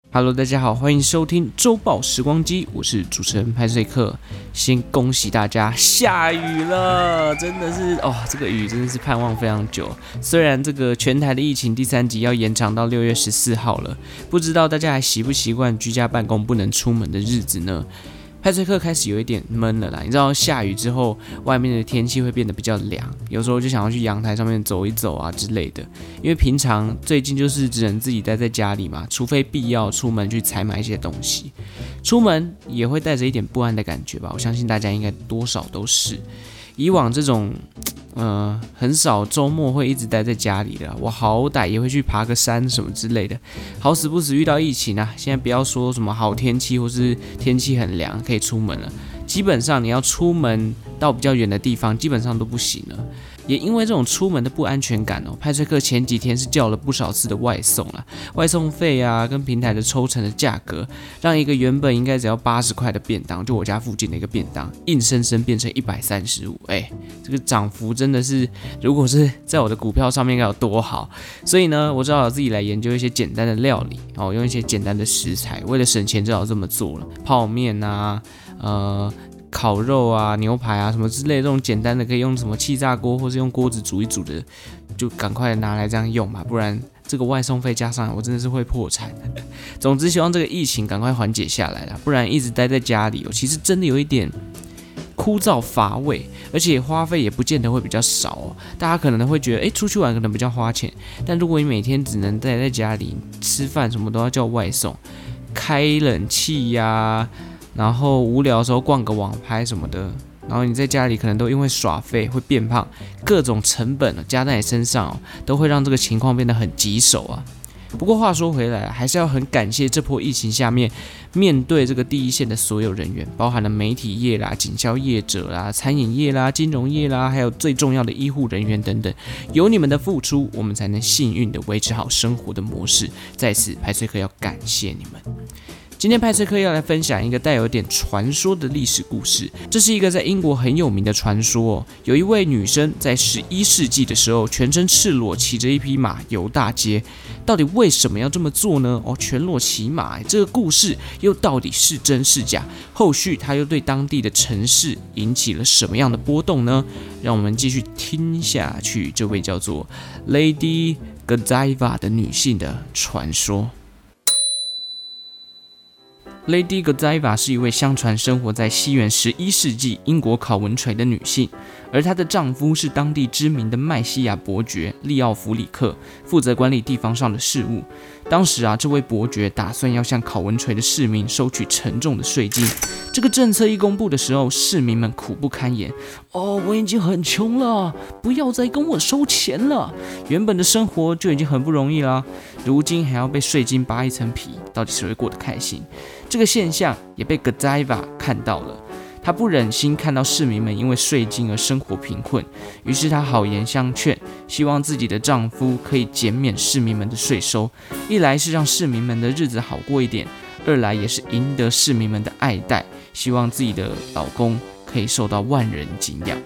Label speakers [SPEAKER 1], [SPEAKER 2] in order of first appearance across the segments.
[SPEAKER 1] Hello， 大家好，欢迎收听周报时光机，我是主持人派瑞克。先恭喜大家，下雨了，真的是这个雨真的是盼望非常久。虽然这个全台的疫情第3集要延长到6月14号了，不知道大家还习不习惯居家办公不能出门的日子呢？派翠克开始有一点闷了啦，你知道下雨之后，外面的天气会变得比较凉，有时候就想要去阳台上面走一走啊之类的。因为平常最近就是只能自己待在家里嘛，除非必要出门去采买一些东西，出门也会带着一点不安的感觉吧。我相信大家应该多少都是。以往这种很少周末会一直待在家里的，我好歹也会去爬个山什么之类的。好死不死遇到疫情啊，现在不要说什么好天气或是天气很凉可以出门了，基本上你要出门到比较远的地方，基本上都不行了。也因为这种出门的不安全感派翠克前几天是叫了不少次的外送啦，外送费啊跟平台的抽成的价格，让一个原本应该只要80块的便当，就我家附近的一个便当，硬生生变成135，这个涨幅真的是，如果是在我的股票上面应该有多好。所以呢，我只好自己来研究一些简单的料理，用一些简单的食材，为了省钱只好这么做了，泡面啊，烤肉啊、牛排啊什么之类的，这种简单的可以用什么气炸锅或是用锅子煮一煮的，就赶快拿来这样用吧，不然这个外送费加上来，我真的是会破产。总之，希望这个疫情赶快缓解下来啦，不然一直待在家里，其实真的有一点枯燥乏味，而且花费也不见得会比较少大家可能会觉得，出去玩可能比较花钱，但如果你每天只能待在家里吃饭，什么都要叫外送，开冷气呀。然后无聊的时候逛个网拍什么的，然后你在家里可能都因为耍废会变胖，各种成本加在你身上都会让这个情况变得很棘手啊。不过话说回来，还是要很感谢这波疫情下面面对这个第一线的所有人员，包含了媒体业啦、警销业者啦、餐饮业啦、金融业啦，还有最重要的医护人员等等，有你们的付出，我们才能幸运的维持好生活的模式。在此，派翠克要感谢你们。今天派翠克要来分享一个带有点传说的历史故事。这是一个在英国很有名的传说有一位女生在11世纪的时候，全身赤裸骑着一匹马游大街。到底为什么要这么做呢？全裸骑马，这个故事又到底是真是假？后续她又对当地的城市引起了什么样的波动呢？让我们继续听下去，这位叫做 Lady Godiva 的女性的传说。Lady Godiva 是一位相传生活在西元11世纪英国考文垂的女性，而她的丈夫是当地知名的麦西亚伯爵利奥弗里克，负责管理地方上的事务。当时这位伯爵打算要向考文垂的市民收取沉重的税金。这个政策一公布的时候，市民们苦不堪言。我已经很穷了，不要再跟我收钱了。原本的生活就已经很不容易啦，如今还要被税金扒一层皮，到底谁会过得开心？这个现象也被 Godiva 看到了，她不忍心看到市民们因为税金而生活贫困，于是她好言相劝，希望自己的丈夫可以减免市民们的税收，一来是让市民们的日子好过一点，二来也是赢得市民们的爱戴，希望自己的老公可以受到万人敬仰。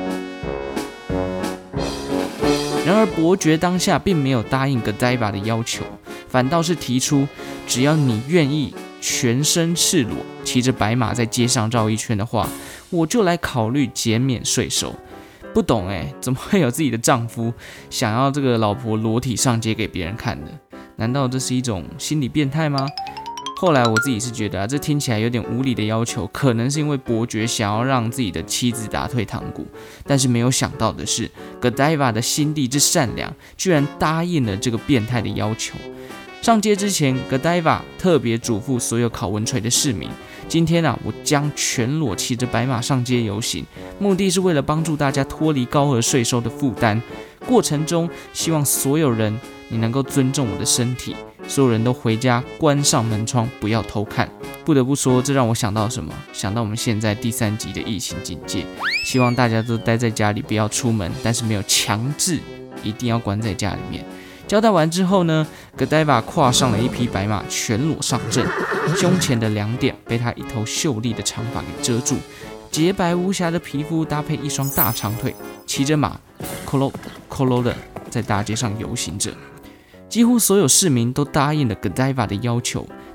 [SPEAKER 1] 然而伯爵当下并没有答应 Godiva 的要求，反倒是提出，只要你愿意全身赤裸骑着白马在街上绕一圈的话，我就来考虑减免税收。不懂怎么会有自己的丈夫想要这个老婆裸体上街给别人看的？难道这是一种心理变态吗？后来我自己是觉得这听起来有点无理的要求，可能是因为伯爵想要让自己的妻子打退堂鼓，但是没有想到的是 Godiva 的心地之善良，居然答应了这个变态的要求。上街之前 Godiva 特别嘱咐所有考文垂的市民，今天我将全裸骑着白马上街游行，目的是为了帮助大家脱离高额税收的负担。过程中希望所有人你能够尊重我的身体，所有人都回家关上门窗，不要偷看。不得不说，这让我想到什么？想到我们现在第3级的疫情警戒，希望大家都待在家里，不要出门，但是没有强制一定要关在家里面。交代完之后呢 ，Godiva 跨上了一匹白马，全裸上阵，胸前的2点被他一头秀丽的长发给遮住，洁白无瑕的皮肤搭配一双大长腿，骑着马，咯咯咯咯的在大街上游行着。几乎所有市民都答应了 Godiva 的要求，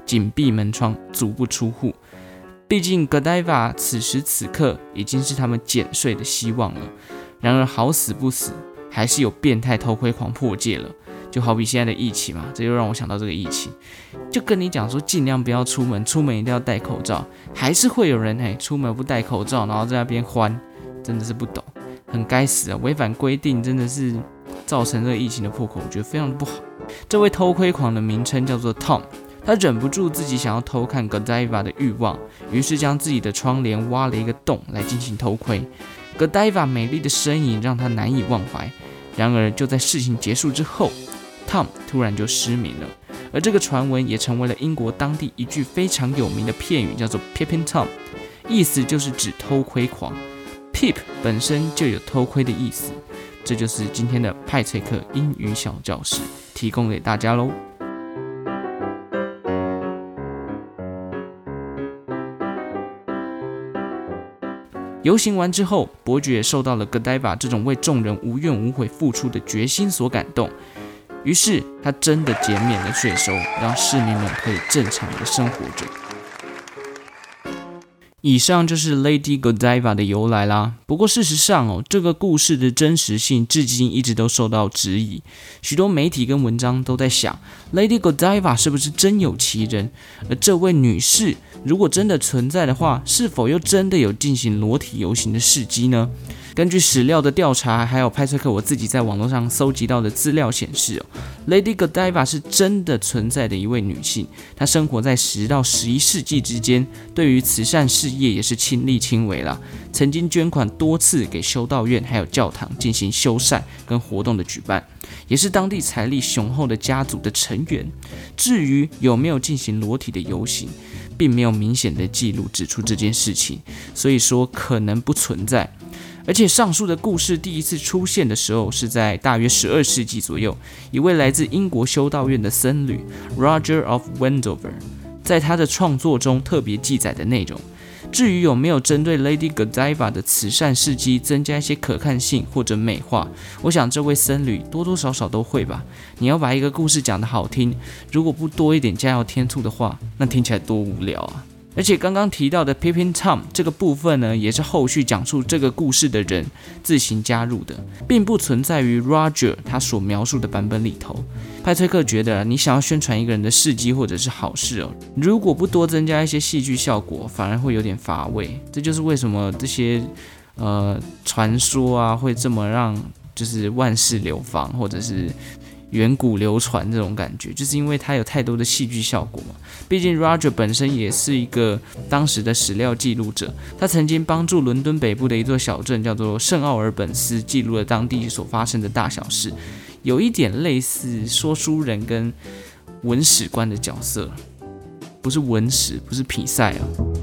[SPEAKER 1] 紧闭门窗，足不出户。毕竟 Godiva 此时此刻已经是他们减税的希望了。然而好死不死，还是有变态偷窥狂破戒了。就好比现在的疫情嘛，这又让我想到这个疫情，就跟你讲说尽量不要出门，出门一定要戴口罩，还是会有人出门不戴口罩，然后在那边欢，真的是不懂，很该死啊！违反规定真的是造成这个疫情的破口，我觉得非常的不好。这位偷窥狂的名称叫做 Tom。他忍不住自己想要偷看 Godiva 的欲望，于是将自己的窗帘挖了一个洞来进行偷窥。Godiva 美丽的身影让他难以忘怀。然而就在事情结束之后 ，Tom 突然就失明了。而这个传闻也成为了英国当地一句非常有名的片语，叫做 Peeping Tom， 意思就是指偷窥狂。Peep 本身就有偷窥的意思。这就是今天的派翠克英语小教室，提供给大家喽。游行完之后，伯爵也受到了 Godiva 这种为众人无怨无悔付出的决心所感动，于是他真的减免了税收，让市民们可以正常的生活着。以上就是 Lady Godiva 的由来啦。不过事实上这个故事的真实性至今一直都受到质疑。许多媒体跟文章都在想 Lady Godiva 是不是真有其人，而这位女士如果真的存在的话，是否又真的有进行裸体游行的事迹呢？根据史料的调查，还有派翠克我自己在网络上搜集到的资料显示Lady Godiva 是真的存在的一位女性。她生活在10到11世纪之间，对于慈善事业也是亲力亲为啦。曾经捐款多次给修道院还有教堂进行修缮跟活动的举办，也是当地财力雄厚的家族的成员。至于有没有进行裸体的游行，并没有明显的记录指出这件事情，所以说可能不存在。而且上述的故事第一次出现的时候是在大约12世纪左右，一位来自英国修道院的僧侣 Roger of Wendover 在他的创作中特别记载的内容。至于有没有针对 Lady Godiva 的慈善事迹增加一些可看性或者美化，我想这位僧侣多多少少都会吧。你要把一个故事讲得好听，如果不多一点加油添醋的话，那听起来多无聊啊。而且刚刚提到的 Peeping Tom 这个部分呢，也是后续讲述这个故事的人自行加入的，并不存在于 Roger 他所描述的版本里头。派翠克觉得你想要宣传一个人的事迹或者是好事如果不多增加一些戏剧效果，反而会有点乏味。这就是为什么这些传说啊会这么让就是万世流芳，或者是远古流传这种感觉，就是因为它有太多的戏剧效果嘛。毕竟 Roger 本身也是一个当时的史料记录者，他曾经帮助伦敦北部的一座小镇叫做圣奥尔本斯记录了当地所发生的大小事，有一点类似说书人跟文史官的角色，不是文史，不是比赛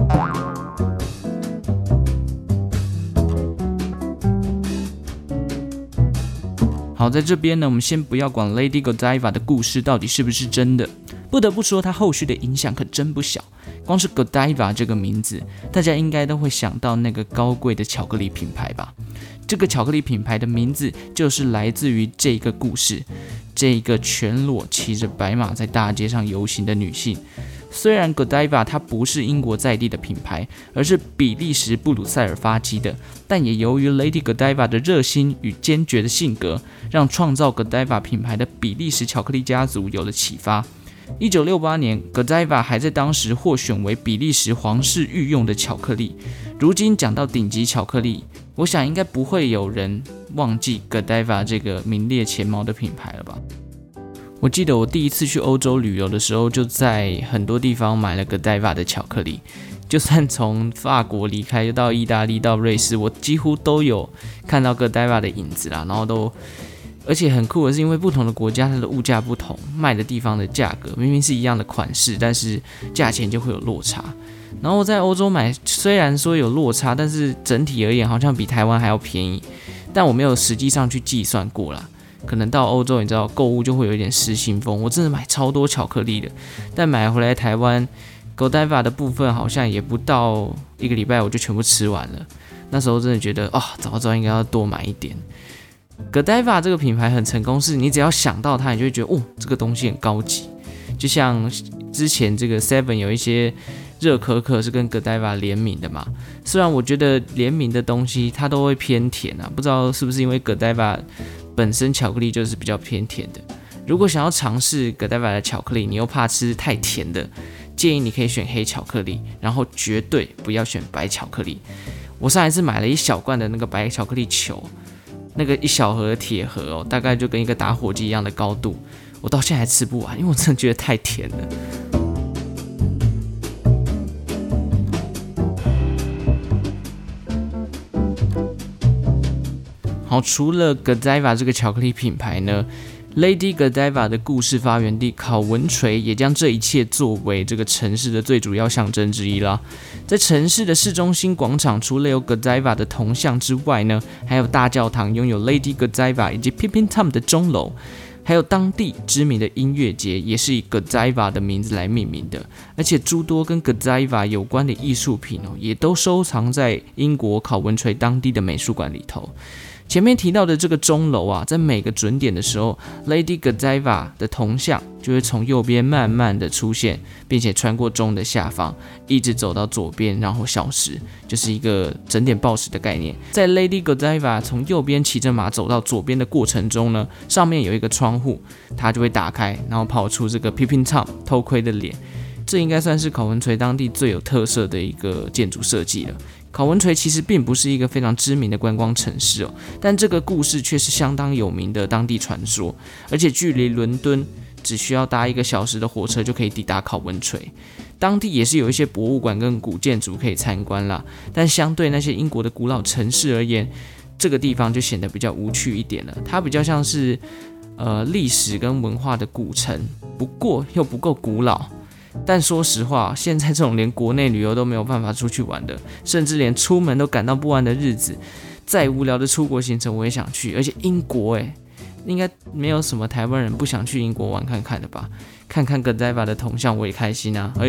[SPEAKER 1] 好，在这边呢，我们先不要管 Lady Godiva 的故事到底是不是真的，不得不说她后续的影响可真不小。光是 Godiva 这个名字，大家应该都会想到那个高贵的巧克力品牌吧？这个巧克力品牌的名字就是来自于这个故事，这一个全裸骑着白马在大街上游行的女性。虽然 Godiva 它不是英国在地的品牌，而是比利时布鲁塞尔发迹的，但也由于 Lady Godiva 的热心与坚决的性格，让创造 Godiva 品牌的比利时巧克力家族有了启发。1968年 Godiva 还在当时获选为比利时皇室御用的巧克力。如今讲到顶级巧克力，我想应该不会有人忘记 Godiva 这个名列前茅的品牌了吧。我记得我第一次去欧洲旅游的时候，就在很多地方买了 Godiva 的巧克力。就算从法国离开，又到意大利、到瑞士，我几乎都有看到 Godiva 的影子啦。然后而且很酷的是，因为不同的国家它的物价不同，卖的地方的价格明明是一样的款式，但是价钱就会有落差。然后我在欧洲买，虽然说有落差，但是整体而言好像比台湾还要便宜。但我没有实际上去计算过啦。可能到欧洲，你知道购物就会有一点失心疯。我真的买超多巧克力的，但买回来台湾 Godiva 的部分好像也不到1个礼拜我就全部吃完了。那时候真的觉得早知道应该要多买一点。Godiva 这个品牌很成功，是你只要想到它，你就会觉得这个东西很高级。就像之前这个 Seven 有一些热可可是跟 Godiva 联名的嘛，虽然我觉得联名的东西它都会偏甜啊，不知道是不是因为 Godiva 本身巧克力就是比较偏甜的。如果想要尝试 Godiva 的巧克力，你又怕吃太甜的，建议你可以选黑巧克力，然后绝对不要选白巧克力。我上一次买了一小罐的那个白巧克力球，那个一小盒的铁盒哦，大概就跟一个打火机一样的高度，我到现在还吃不完，因为我真的觉得太甜了。好，除了 Godiva 这个巧克力品牌呢，Lady Godiva 的故事发源地考文垂也将这一切作为这个城市的最主要象征之一啦。在城市的市中心广场，除了有 Godiva 的铜像之外呢，还有大教堂拥有 Lady Godiva 以及 Pippin Tom 的钟楼，还有当地知名的音乐节也是以 Godiva 的名字来命名的，而且诸多跟 Godiva 有关的艺术品也都收藏在英国考文垂当地的美术馆里头。前面提到的这个钟楼啊，在每个准点的时候 ，Lady Godiva 的铜像就会从右边慢慢的出现，并且穿过钟的下方，一直走到左边，然后消失，就是一个整点报时的概念。在 Lady Godiva 从右边骑着马走到左边的过程中呢，上面有一个窗户，它就会打开，然后跑出这个 Pippin Tom 偷窥的脸。这应该算是考文垂当地最有特色的一个建筑设计了。考文垂其实并不是一个非常知名的观光城市哦，但这个故事却是相当有名的当地传说，而且距离伦敦只需要搭1个小时的火车就可以抵达考文垂。当地也是有一些博物馆跟古建筑可以参观啦，但相对那些英国的古老城市而言，这个地方就显得比较无趣一点了。它比较像是历史跟文化的古城，不过又不够古老。但说实话，现在这种连国内旅游都没有办法出去玩的，甚至连出门都感到不安的日子，再无聊的出国行程我也想去。而且英国应该没有什么台湾人不想去英国玩看看的吧？看看 Godiva 的铜像我也开心啊！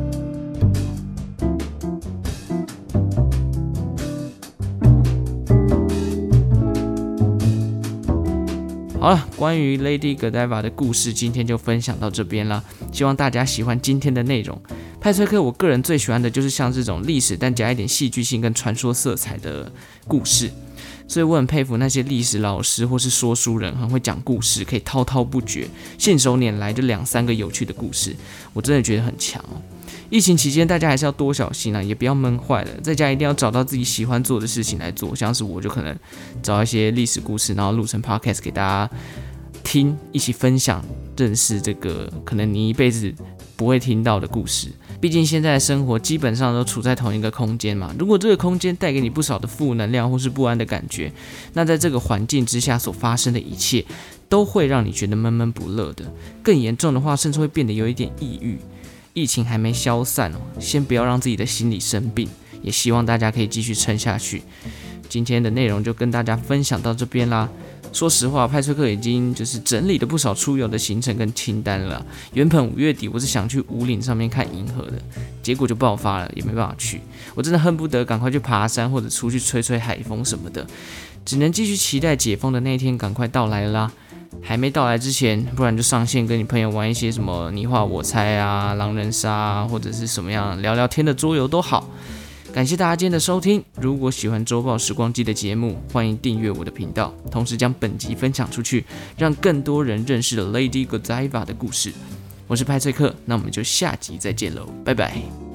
[SPEAKER 1] 好了，关于 Lady Godiva 的故事，今天就分享到这边啦。希望大家喜欢今天的内容。派翠克，我个人最喜欢的就是像这种历史但加一点戏剧性跟传说色彩的故事，所以我很佩服那些历史老师或是说书人，很会讲故事，可以滔滔不绝，信手拈来就2-3个有趣的故事，我真的觉得很强哦。疫情期间，大家还是要多小心啊，也不要闷坏了。在家一定要找到自己喜欢做的事情来做，像是我就可能找一些历史故事，然后录成 podcast 给大家听，一起分享，认识这个可能你一辈子不会听到的故事。毕竟现在的生活基本上都处在同一个空间嘛，如果这个空间带给你不少的负能量或是不安的感觉，那在这个环境之下所发生的一切，都会让你觉得闷闷不乐的。更严重的话，甚至会变得有一点抑郁。疫情还没消散先不要让自己的心理生病，也希望大家可以继续撑下去。今天的内容就跟大家分享到这边啦。说实话，派翠克已经就是整理了不少出游的行程跟清单了啦。原本5月底我是想去武岭上面看银河的，结果就爆发了，也没办法去。我真的恨不得赶快去爬山或者出去吹吹海风什么的，只能继续期待解封的那一天赶快到来了啦。还没到来之前，不然就上线跟你朋友玩一些什么你画我猜啊、狼人杀啊，或者是什么样聊聊天的桌游都好。感谢大家今天的收听，如果喜欢周报时光机的节目，欢迎订阅我的频道，同时将本集分享出去，让更多人认识了 Lady Godiva 的故事。我是派翠克，那我们就下集再见喽，拜拜。